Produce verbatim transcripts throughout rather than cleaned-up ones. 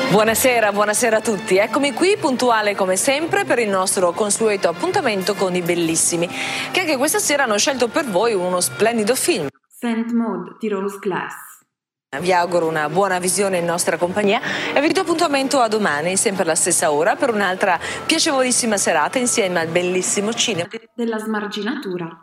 Buonasera, buonasera a tutti. Eccomi qui, puntuale come sempre, per il nostro consueto appuntamento con i bellissimi, che anche questa sera hanno scelto per voi uno splendido film. Saint Maud di Rose Glass. Vi auguro una buona visione in nostra compagnia e vi do appuntamento a domani, sempre alla stessa ora, per un'altra piacevolissima serata insieme al bellissimo cinema Della smarginatura.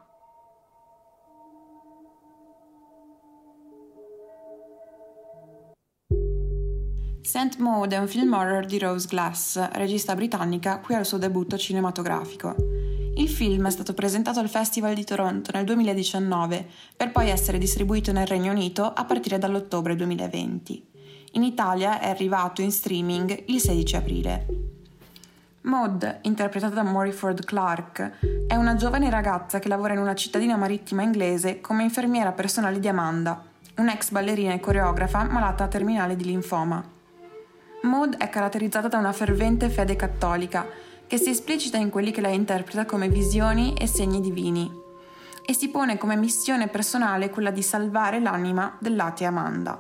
Saint Maud è un film horror di Rose Glass, regista britannica qui al suo debutto cinematografico. Il film è stato presentato al Festival di Toronto nel duemiladiciannove, per poi essere distribuito nel Regno Unito a partire dall'ottobre duemilaventi. In Italia è arrivato in streaming il sedici aprile. Maud, interpretata da Moriford Clark, è una giovane ragazza che lavora in una cittadina marittima inglese come infermiera personale di Amanda, un'ex ballerina e coreografa malata terminale di linfoma. Maud è caratterizzata da una fervente fede cattolica che si esplicita in quelli che lei interpreta come visioni e segni divini e si pone come missione personale quella di salvare l'anima dell'atea Amanda.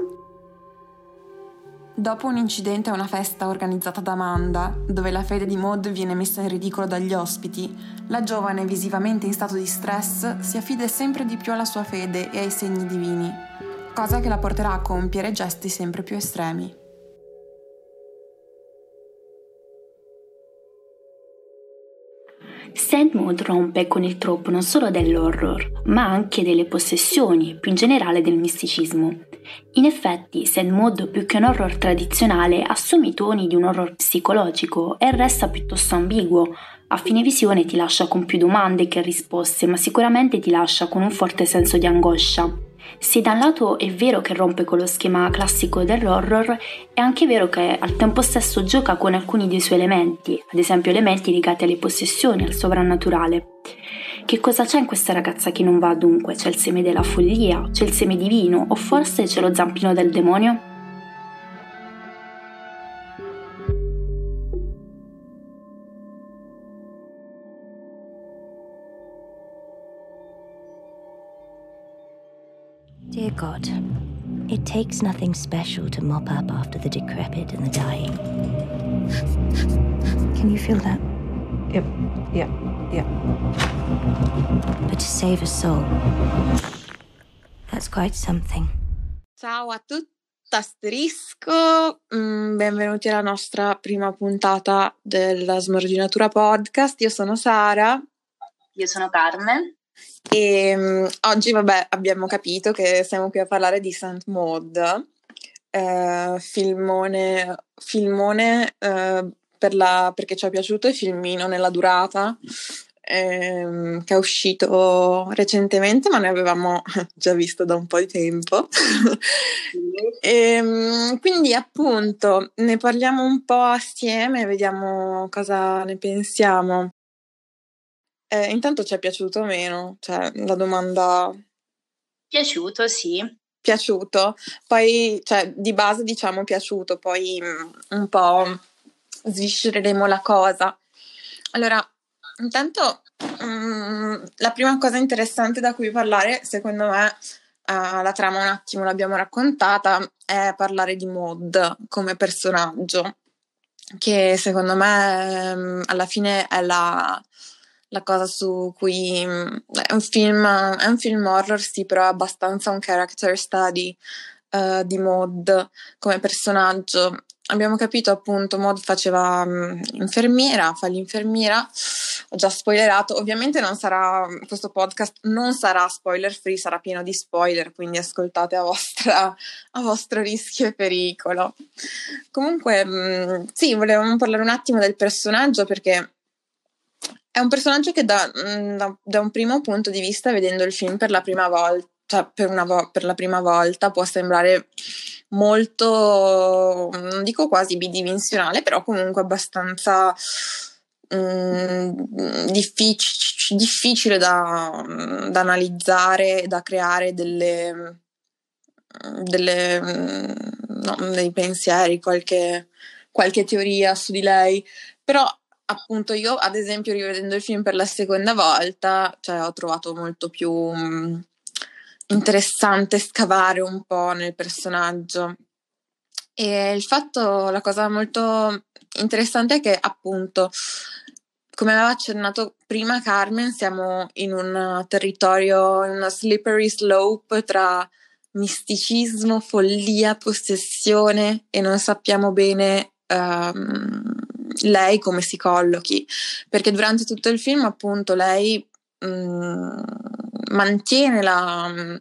Dopo un incidente a una festa organizzata da Amanda, dove la fede di Maud viene messa in ridicolo dagli ospiti, la giovane, visivamente in stato di stress, si affida sempre di più alla sua fede e ai segni divini, cosa che la porterà a compiere gesti sempre più estremi. Saint Maud rompe con il troppo non solo dell'horror, ma anche delle possessioni e più in generale del misticismo. In effetti, Saint Maud, più che un horror tradizionale, assume i toni di un horror psicologico e resta piuttosto ambiguo. A fine visione ti lascia con più domande che risposte, ma sicuramente ti lascia con un forte senso di angoscia. Se da un lato è vero che rompe con lo schema classico dell'horror, è anche vero che al tempo stesso gioca con alcuni dei suoi elementi, ad esempio elementi legati alle possessioni, al sovrannaturale. Che cosa c'è in questa ragazza che non va dunque? C'è il seme della follia? C'è il seme divino? O forse c'è lo zampino del demonio? Dear God, it takes nothing special to mop up after the decrepit and the dying. Can you feel that? Yep, yep, yep. But to save a soul, that's quite something. Ciao a tutti, asterisco, mm, benvenuti alla nostra prima puntata della Smarginatura Podcast. Io sono Sara. Io sono Carmen. E um, oggi, vabbè, abbiamo capito che siamo qui a parlare di Saint Maud, eh, filmone, filmone eh, per la, perché ci è piaciuto, e filmino nella durata, ehm, che è uscito recentemente, ma ne avevamo già visto da un po' di tempo. E, um, quindi appunto ne parliamo un po' assieme, vediamo cosa ne pensiamo. Eh, intanto ci è piaciuto o meno? Cioè, la domanda... Piaciuto, sì. Piaciuto. Poi, cioè, di base diciamo piaciuto, poi mh, un po' sviscereremo la cosa. Allora, intanto mh, la prima cosa interessante da cui parlare, secondo me, uh, la trama un attimo l'abbiamo raccontata, è parlare di Maud come personaggio, che secondo me mh, alla fine è la... la cosa su cui è un film è un film horror, sì, però è abbastanza un character study uh, di Maud come personaggio. Abbiamo capito appunto Maud faceva um, infermiera, fa l'infermiera. Ho già spoilerato, ovviamente non sarà, questo podcast non sarà spoiler free, sarà pieno di spoiler, quindi ascoltate a vostra a vostro rischio e pericolo. Comunque um, sì, volevamo parlare un attimo del personaggio, perché è un personaggio che da, da, da un primo punto di vista, vedendo il film per la prima volta, cioè per, una vo- per la prima volta, può sembrare molto, non dico quasi bidimensionale, però comunque abbastanza mh, diffic- difficile da, da analizzare, da creare delle, delle no, dei pensieri, qualche, qualche teoria su di lei. Però appunto io, ad esempio, rivedendo il film per la seconda volta, cioè ho trovato molto più mh, interessante scavare un po' nel personaggio. E il fatto, la cosa molto interessante è che appunto, come aveva accennato prima Carmen, siamo in un territorio, in una slippery slope tra misticismo, follia, possessione, e non sappiamo bene um, lei come si collochi, perché durante tutto il film appunto lei um, mantiene la, um,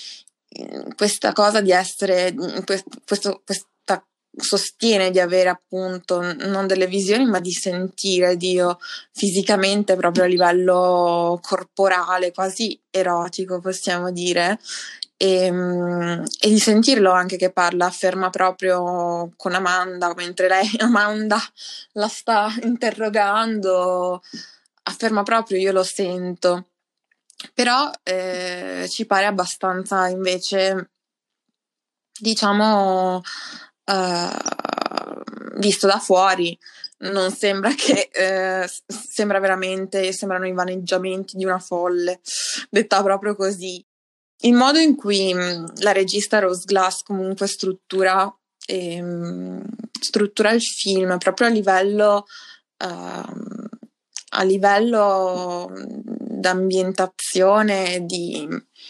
questa cosa di essere, questo, questa sostiene di avere appunto non delle visioni ma di sentire Dio fisicamente, proprio a livello corporale, quasi erotico possiamo dire, e, e di sentirlo anche che parla, afferma proprio con Amanda, mentre lei Amanda la sta interrogando, afferma proprio io lo sento, però eh, ci pare abbastanza invece, diciamo, Uh, visto da fuori non sembra che uh, sembra veramente, sembrano i vaneggiamenti di una folle, detta proprio così. Il modo in cui mh, la regista Rose Glass comunque struttura e, mh, struttura il film proprio a livello uh, a livello d'ambientazione, di,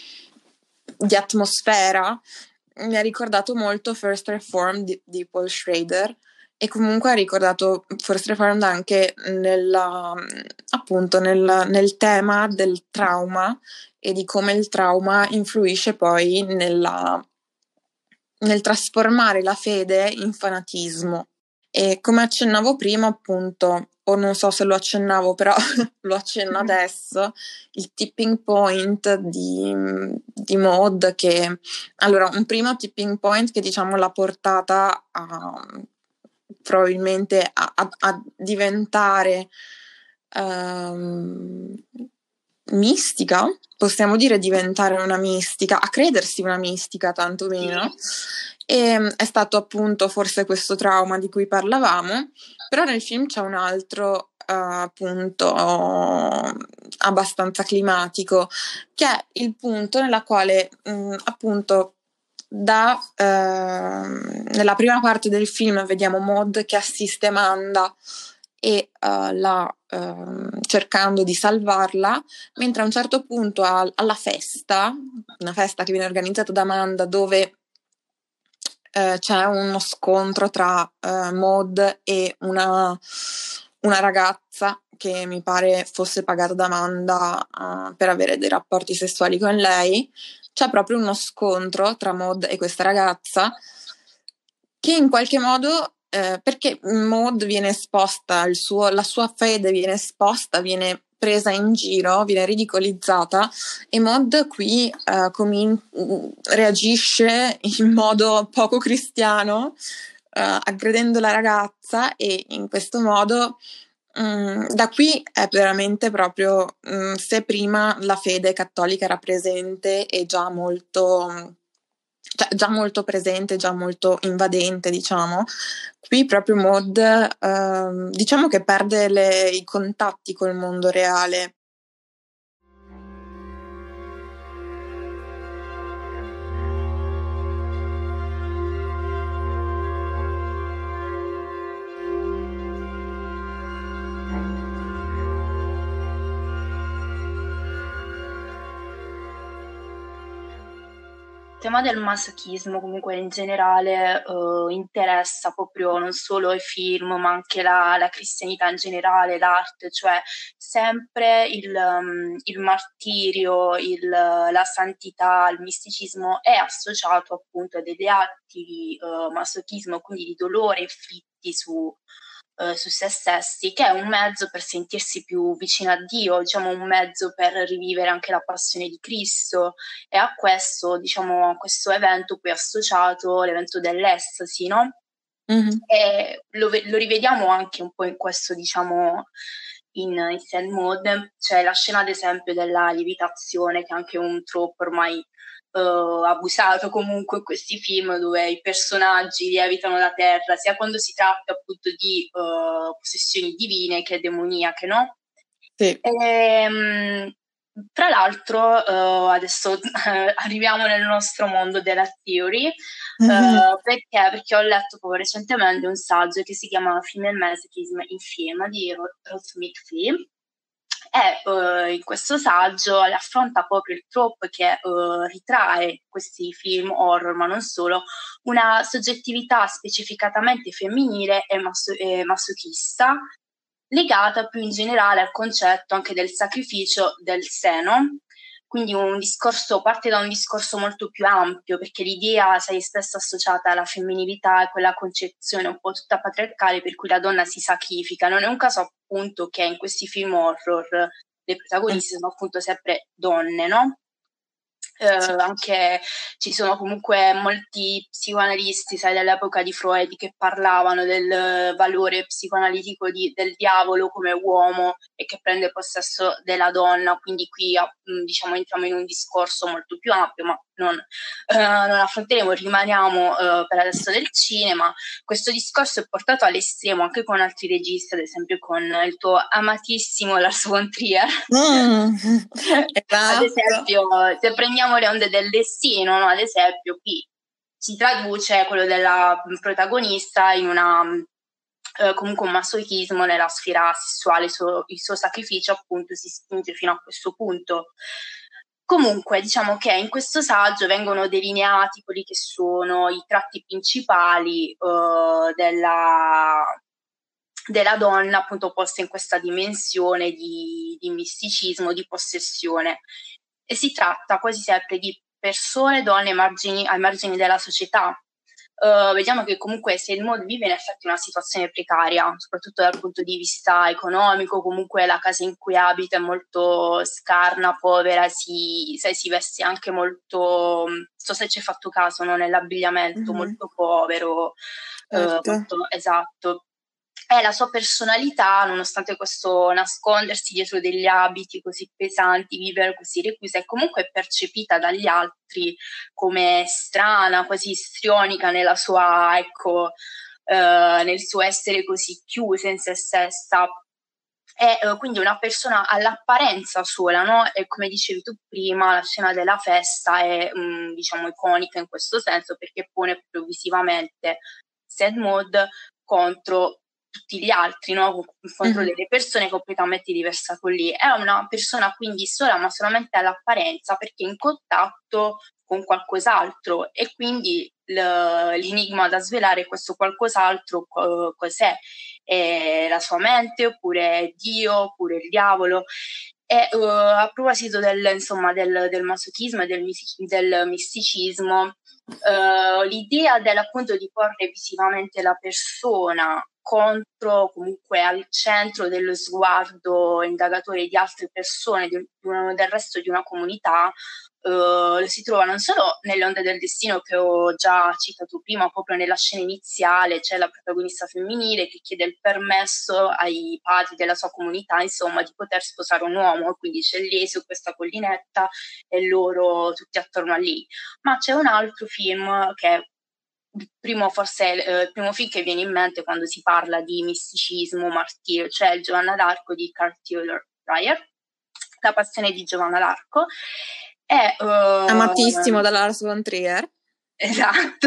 di atmosfera, mi ha ricordato molto First Reformed di, di Paul Schrader, e comunque ha ricordato First Reformed anche nella, appunto nel, nel tema del trauma e di come il trauma influisce poi nella, nel trasformare la fede in fanatismo. E come accennavo prima, appunto, o non so se lo accennavo, però lo accenno adesso, il tipping point di, di Maud, che allora un primo tipping point che diciamo l'ha portata a probabilmente a, a, a diventare um, mistica, possiamo dire diventare una mistica, a credersi una mistica tantomeno, e è stato appunto forse questo trauma di cui parlavamo, però nel film c'è un altro uh, appunto abbastanza climatico, che è il punto nella quale mh, appunto da eh, nella prima parte del film vediamo Maud che assiste Amanda e uh, la uh, cercando di salvarla, mentre a un certo punto a, alla festa, una festa che viene organizzata da Amanda, dove uh, c'è uno scontro tra uh, Maud e una, una ragazza che mi pare fosse pagata da Amanda uh, per avere dei rapporti sessuali con lei. C'è proprio uno scontro tra Maud e questa ragazza che in qualche modo, eh, perché Maud viene esposta, il suo, la sua fede viene esposta, viene presa in giro, viene ridicolizzata, e Maud qui eh, comin- reagisce in modo poco cristiano, eh, aggredendo la ragazza, e in questo modo Mm, da qui è veramente proprio mm, se prima la fede cattolica era presente e già molto, cioè già molto presente, già molto invadente, diciamo, qui proprio Maud ehm, diciamo che perde le, i contatti col mondo reale. Il tema del masochismo comunque in generale eh, interessa proprio non solo i film ma anche la, la cristianità in generale, l'arte, cioè sempre il, um, il martirio, il, la santità, il misticismo è associato appunto a degli atti di uh, masochismo, quindi di dolore inflitti su Uh, su se stessi, che è un mezzo per sentirsi più vicino a Dio, diciamo un mezzo per rivivere anche la passione di Cristo, e a questo, diciamo, a questo evento poi è associato l'evento dell'estasi, no? Mm-hmm. E lo, lo rivediamo anche un po' in questo, diciamo, in, in Zen Mode, c'è la scena ad esempio della lievitazione, che è anche un troppo ormai Uh, abusato comunque in questi film, dove i personaggi lievitano la terra, sia quando si tratta appunto di uh, possessioni divine che demoniache, no? Sì. E, um, tra l'altro uh, adesso uh, arriviamo nel nostro mondo della theory, Uh, perché? Perché ho letto proprio recentemente un saggio che si chiama Female Masochism in Film di Ross McPhee e uh, in questo saggio affronta proprio il trope che uh, ritrae questi film horror, ma non solo, una soggettività specificatamente femminile e, maso- e masochista, legata più in generale al concetto anche del sacrificio del seno. Quindi un discorso parte da un discorso molto più ampio, perché l'idea, sai, spesso associata alla femminilità e quella concezione un po' tutta patriarcale per cui la donna si sacrifica. Non è un caso appunto che in questi film horror le protagoniste sono appunto sempre donne, no? Eh, anche ci sono comunque molti psicoanalisti, sai, dell'epoca di Freud che parlavano del valore psicoanalitico di, del diavolo come uomo e che prende possesso della donna, quindi qui diciamo entriamo in un discorso molto più ampio, ma non, eh, non affronteremo, rimaniamo eh, per adesso del cinema. Questo discorso è portato all'estremo anche con altri registi, ad esempio con il tuo amatissimo Lars von Trier. Mm, esatto. Ad esempio, se prendiamo Le onde del destino, no? Ad esempio, qui si traduce quello della protagonista in una eh, comunque un masochismo nella sfera sessuale, il suo, il suo sacrificio appunto si spinge fino a questo punto. Comunque, diciamo che in questo saggio vengono delineati quelli che sono i tratti principali uh, della, della donna, appunto posta in questa dimensione di, di misticismo, di possessione. E si tratta quasi sempre di persone, donne margini, ai margini della società. Uh, vediamo che comunque Said Maud vive in effetti una situazione precaria, soprattutto dal punto di vista economico. Comunque la casa in cui abita è molto scarna, povera, si, sai, si veste anche molto, non so se ci hai fatto caso, no? Nell'abbigliamento, mm-hmm. molto povero, certo. uh, molto, esatto. E la sua personalità, nonostante questo nascondersi dietro degli abiti così pesanti, vivere così reclusa, è comunque percepita dagli altri come strana, quasi istrionica nella sua, ecco, eh, nel suo essere così chiusa in se stessa. È eh, quindi una persona all'apparenza sola, no? E come dicevi tu prima, la scena della festa è, mh, diciamo, iconica in questo senso, perché pone proprio visivamente Said Maud contro tutti gli altri, no? Contro mm-hmm. delle persone completamente diverse con lei. È una persona quindi sola, ma solamente all'apparenza, perché è in contatto con qualcos'altro, e quindi l- l'enigma da svelare è questo qualcos'altro co- cos'è? È la sua mente, oppure Dio, oppure il diavolo. E uh, a proposito del, insomma, del, del masochismo e del, del misticismo, uh, l'idea dell'appunto di porre visivamente la persona contro, comunque al centro dello sguardo indagatore di altre persone, di, del resto di una comunità, Uh, si trova non solo nelle onde del destino che ho già citato prima, proprio nella scena iniziale c'è la protagonista femminile che chiede il permesso ai padri della sua comunità, insomma, di poter sposare un uomo, quindi c'è lei su questa collinetta e loro tutti attorno a lei. Ma c'è un altro film che è il primo, forse eh, il primo film che viene in mente quando si parla di misticismo, martirio, cioè il Giovanna d'Arco di Cartier Dreyer, La passione di Giovanna d'Arco. È, uh, amatissimo da Lars von Trier. Esatto.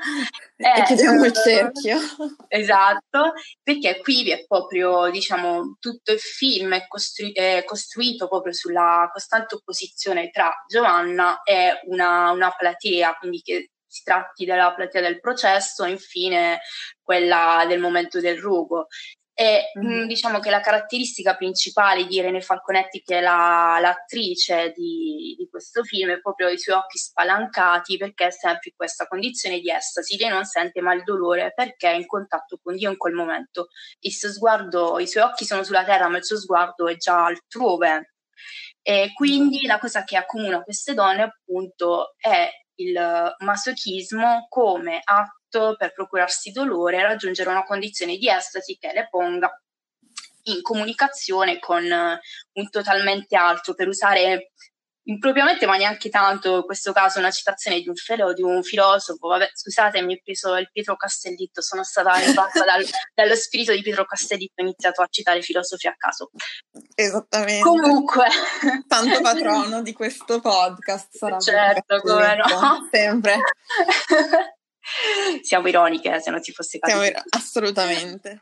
E chiudiamo uh, il cerchio. Esatto, perché qui è proprio, diciamo, tutto il film è, costru- è costruito proprio sulla costante opposizione tra Giovanna e una, una platea, quindi che si tratti della platea del processo e infine quella del momento del rogo. E mm-hmm. mh, diciamo che la caratteristica principale di Irene Falconetti, che è la, l'attrice di, di questo film, è proprio i suoi occhi spalancati, perché è sempre in questa condizione di estasi. Lei non sente mai il dolore perché è in contatto con Dio in quel momento. Il suo sguardo, i suoi occhi sono sulla terra, ma il suo sguardo è già altrove. E quindi la cosa che accomuna queste donne appunto è il masochismo come atto per procurarsi dolore e raggiungere una condizione di estasi che le ponga in comunicazione con un totalmente altro, per usare impropriamente, ma neanche tanto in questo caso, una citazione di un, filo, di un filosofo. Vabbè, scusate, mi ho preso il Pietro Castellitto, sono stata invasa dal, dallo spirito di Pietro Castellitto, ho iniziato a citare filosofi a caso. Esattamente. Comunque, tanto patrono di questo podcast sarà. Certo, come no, sempre. Siamo ironiche, se non si fosse capito. Siamo ir- assolutamente.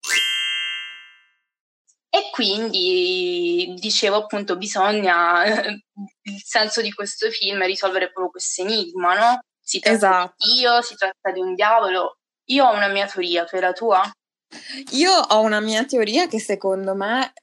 E quindi, dicevo appunto, bisogna, il senso di questo film è risolvere proprio questo enigma, no? Si tratta Esatto. di Dio, si tratta di un diavolo. Io ho una mia teoria, tu hai la tua? Io ho una mia teoria che secondo me,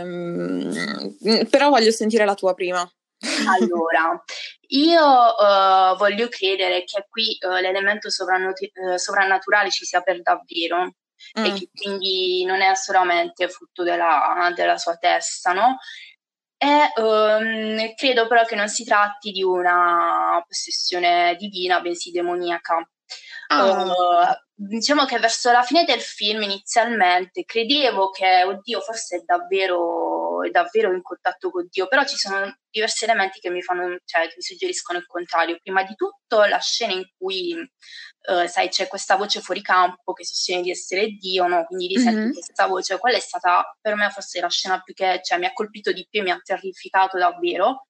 ehm, però voglio sentire la tua prima. Allora, io uh, voglio credere che qui uh, l'elemento sovranno- uh, sovrannaturale ci sia per davvero. Mm. E che quindi non è solamente frutto della, della sua testa, no? E um, credo però che non si tratti di una possessione divina, bensì demoniaca. Ah. Uh, diciamo che verso la fine del film inizialmente credevo che, oddio, forse è davvero, è davvero in contatto con Dio, però ci sono diversi elementi che mi fanno, cioè che mi suggeriscono il contrario. Prima di tutto la scena in cui uh, sai, c'è questa voce fuori campo che sostiene di essere Dio, no? Quindi risenti mm-hmm. questa voce. Quella è stata per me forse la scena più che, cioè, mi ha colpito di più e mi ha terrificato davvero.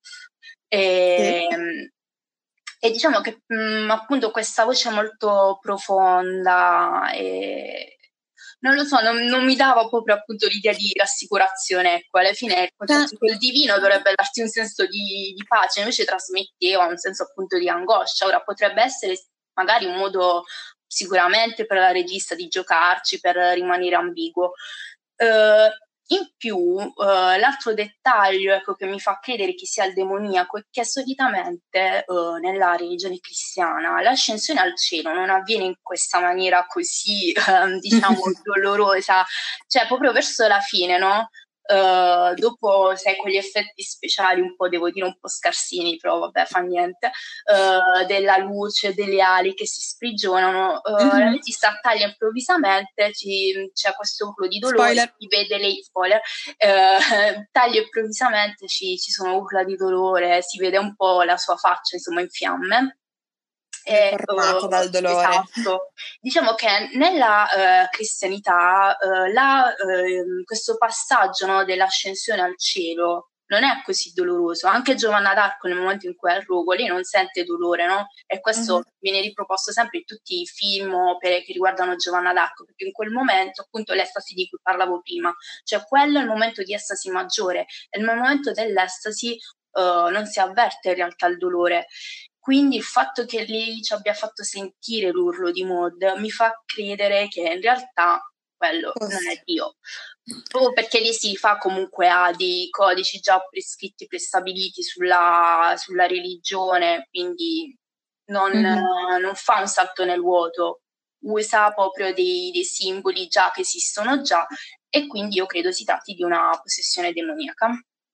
E, sì. E diciamo che mh, appunto questa voce molto profonda e non lo so, non, non mi dava proprio appunto l'idea di rassicurazione, ecco, alla fine il contatto col divino dovrebbe darti un senso di, di pace, invece trasmetteva un senso appunto di angoscia. Ora potrebbe essere magari un modo sicuramente per la regista di giocarci, per rimanere ambiguo. Uh, In più, uh, l'altro dettaglio, ecco, che mi fa credere che sia il demoniaco è che solitamente uh, nella religione cristiana l'ascensione al cielo non avviene in questa maniera così, um, diciamo, dolorosa, cioè proprio verso la fine, no? Uh, dopo, sai, quegli effetti speciali un po', devo dire, un po' scarsini, però vabbè, fa niente, uh, della luce, delle ali che si sprigionano, uh, mm-hmm. la regista taglia improvvisamente, ci, c'è questo urlo di dolore, spoiler. Si vede lei, spoiler, uh, taglia improvvisamente, ci, ci sono urla di dolore, si vede un po' la sua faccia, insomma, in fiamme. Formata uh, dal dolore. Esatto. Diciamo che nella uh, cristianità uh, la, uh, questo passaggio, no, dell'ascensione al cielo non è così doloroso. Anche Giovanna d'Arco, nel momento in cui è al rogo, lei non sente dolore, no? E questo uh-huh. viene riproposto sempre in tutti i film o opere che riguardano Giovanna d'Arco, perché in quel momento, appunto, l'estasi di cui parlavo prima, cioè quello è il momento di estasi maggiore, e nel momento dell'estasi uh, non si avverte in realtà il dolore. Quindi il fatto che lei ci abbia fatto sentire l'urlo di Maud mi fa credere che in realtà quello oh. non è Dio. Proprio perché lei si fa comunque ha dei codici già prescritti, prestabiliti sulla, sulla religione, quindi non, mm-hmm. non fa un salto nel vuoto, usa proprio dei, dei simboli già che esistono già, e quindi io credo si tratti di una possessione demoniaca.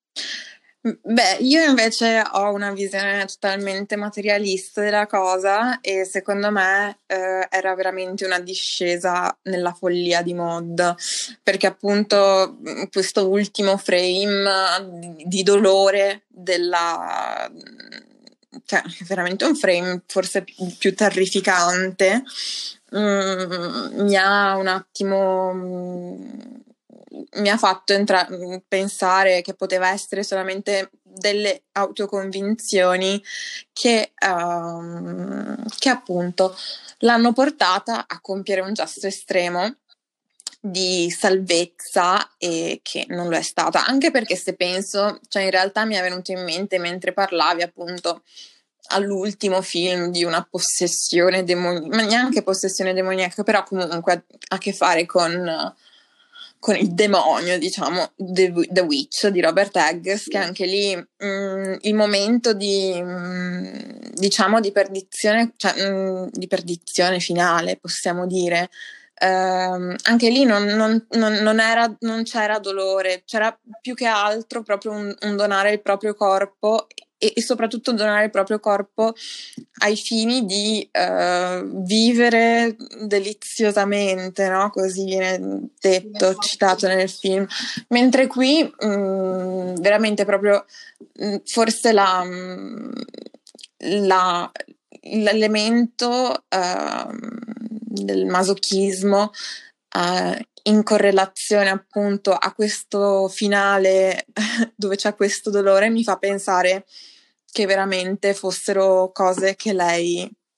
Beh, io invece ho una visione totalmente materialista della cosa e secondo me eh, era veramente una discesa nella follia di Maud, perché appunto questo ultimo frame di, di dolore della... cioè veramente un frame forse più terrificante, mm, mi ha un attimo... Mm, mi ha fatto entra- pensare che poteva essere solamente delle autoconvinzioni che, um, che appunto l'hanno portata a compiere un gesto estremo di salvezza e che non lo è stata, anche perché se penso, cioè in realtà mi è venuto in mente mentre parlavi appunto all'ultimo film di una possessione demoniaca, ma neanche possessione demoniaca, però comunque a, a che fare con con il demonio, diciamo, The, The Witch di Robert Eggers, che anche lì mh, il momento di mh, diciamo di perdizione, cioè mh, di perdizione finale, possiamo dire, ehm, anche lì non, non, non, non, era, non c'era dolore, c'era più che altro proprio un, un donare il proprio corpo e, e soprattutto donare il proprio corpo ai fini di uh, vivere deliziosamente, no? Così viene detto, citato nel film. Mentre qui mh, veramente proprio mh, forse la, mh, la, l'elemento uh, del masochismo uh, in correlazione appunto a questo finale dove c'è questo dolore mi fa pensare che veramente fossero cose che lei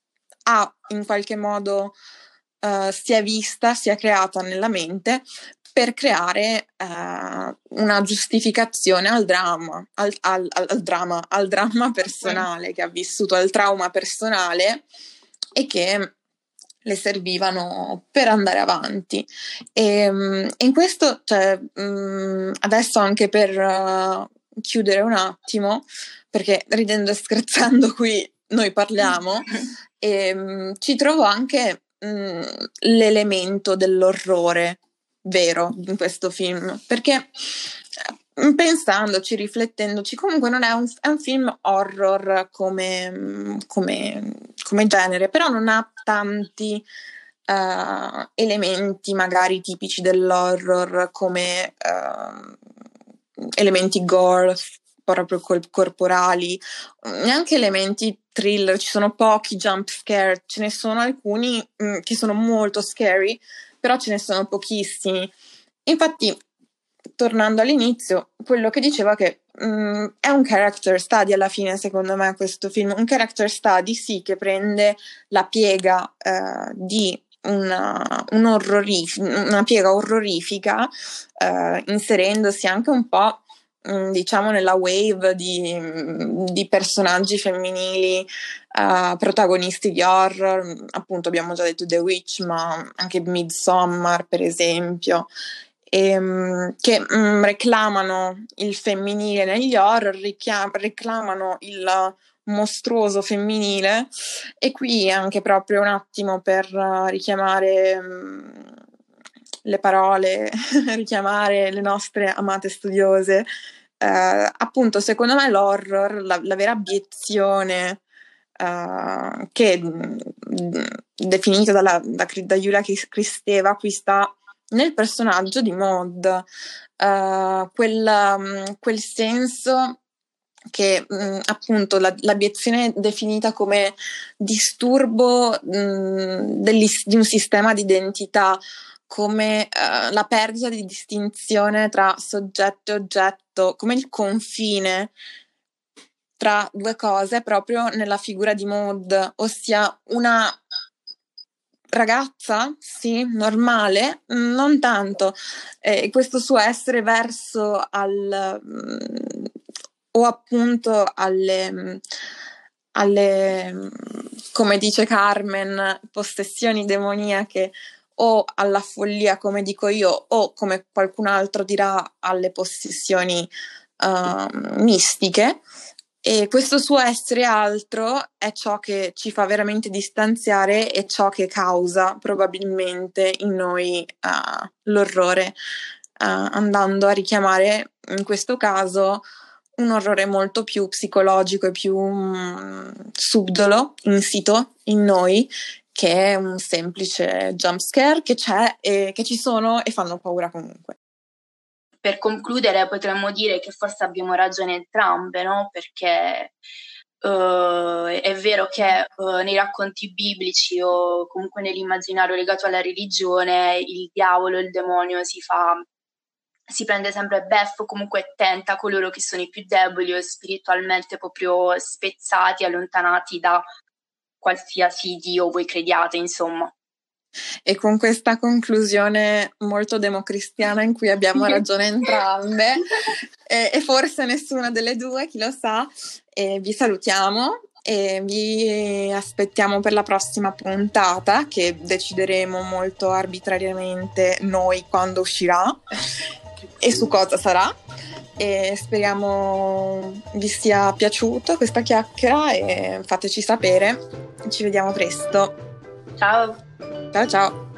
ha in qualche modo uh, si è vista, si è creata nella mente per creare uh, una giustificazione al dramma, al, al, al, al dramma, al dramma personale mm. che ha vissuto, al trauma personale, e che le servivano per andare avanti. E um, in questo, cioè, um, adesso anche per uh, chiudere un attimo, perché ridendo e scherzando qui noi parliamo, e um, ci trovo anche um, l'elemento dell'orrore vero in questo film, perché pensandoci, riflettendoci, comunque non è un, è un film horror come, come, come genere, però non ha tanti uh, elementi magari tipici dell'horror come uh, elementi gore proprio col- corporali, neanche elementi thriller. Ci sono pochi jump scare, ce ne sono alcuni mh, che sono molto scary, però ce ne sono pochissimi. Infatti, tornando all'inizio, quello che diceva che mh, è un character study alla fine, secondo me, questo film, un character study sì, che prende la piega eh, di una, un orrorif- una piega orrorifica, eh, inserendosi anche un po' diciamo nella wave di, di personaggi femminili uh, protagonisti di horror. Appunto abbiamo già detto The Witch, ma anche Midsommar per esempio, e, um, che um, reclamano il femminile negli horror, richiam- reclamano il mostruoso femminile. E qui anche proprio un attimo per uh, richiamare um, le parole, richiamare le nostre amate studiose, eh, appunto secondo me l'horror, la, la vera obiezione eh, che mh, definita dalla, da, da Julia Kristeva qui sta nel personaggio di Maud, eh, quel, mh, quel senso che mh, appunto la, l'obiezione definita come disturbo mh, degli, di un sistema di identità, come uh, la perdita di distinzione tra soggetto e oggetto, come il confine tra due cose proprio nella figura di Maud, ossia una ragazza, sì, normale, non tanto, e eh, questo suo essere verso al mh, o appunto alle alle, come dice Carmen, possessioni demoniache, o alla follia, come dico io, o come qualcun altro dirà, alle possessioni uh, mistiche. E questo suo essere altro è ciò che ci fa veramente distanziare e ciò che causa probabilmente in noi uh, l'orrore, uh, andando a richiamare in questo caso un orrore molto più psicologico e più um, subdolo, insito in noi, che è un semplice jump scare che c'è e che ci sono e fanno paura comunque. Per concludere potremmo dire che forse abbiamo ragione entrambe, no? Perché uh, è vero che uh, nei racconti biblici o comunque nell'immaginario legato alla religione il diavolo, il demonio si fa si prende sempre beffo, comunque tenta coloro che sono i più deboli o spiritualmente proprio spezzati, allontanati da qualsiasi Dio voi crediate, insomma. E con questa conclusione molto democristiana in cui abbiamo ragione entrambe e, e forse nessuna delle due, chi lo sa, e vi salutiamo e vi aspettiamo per la prossima puntata, che decideremo molto arbitrariamente noi quando uscirà e su cosa sarà, e speriamo vi sia piaciuto questa chiacchiera e fateci sapere. Ci vediamo presto. Ciao. Ciao ciao.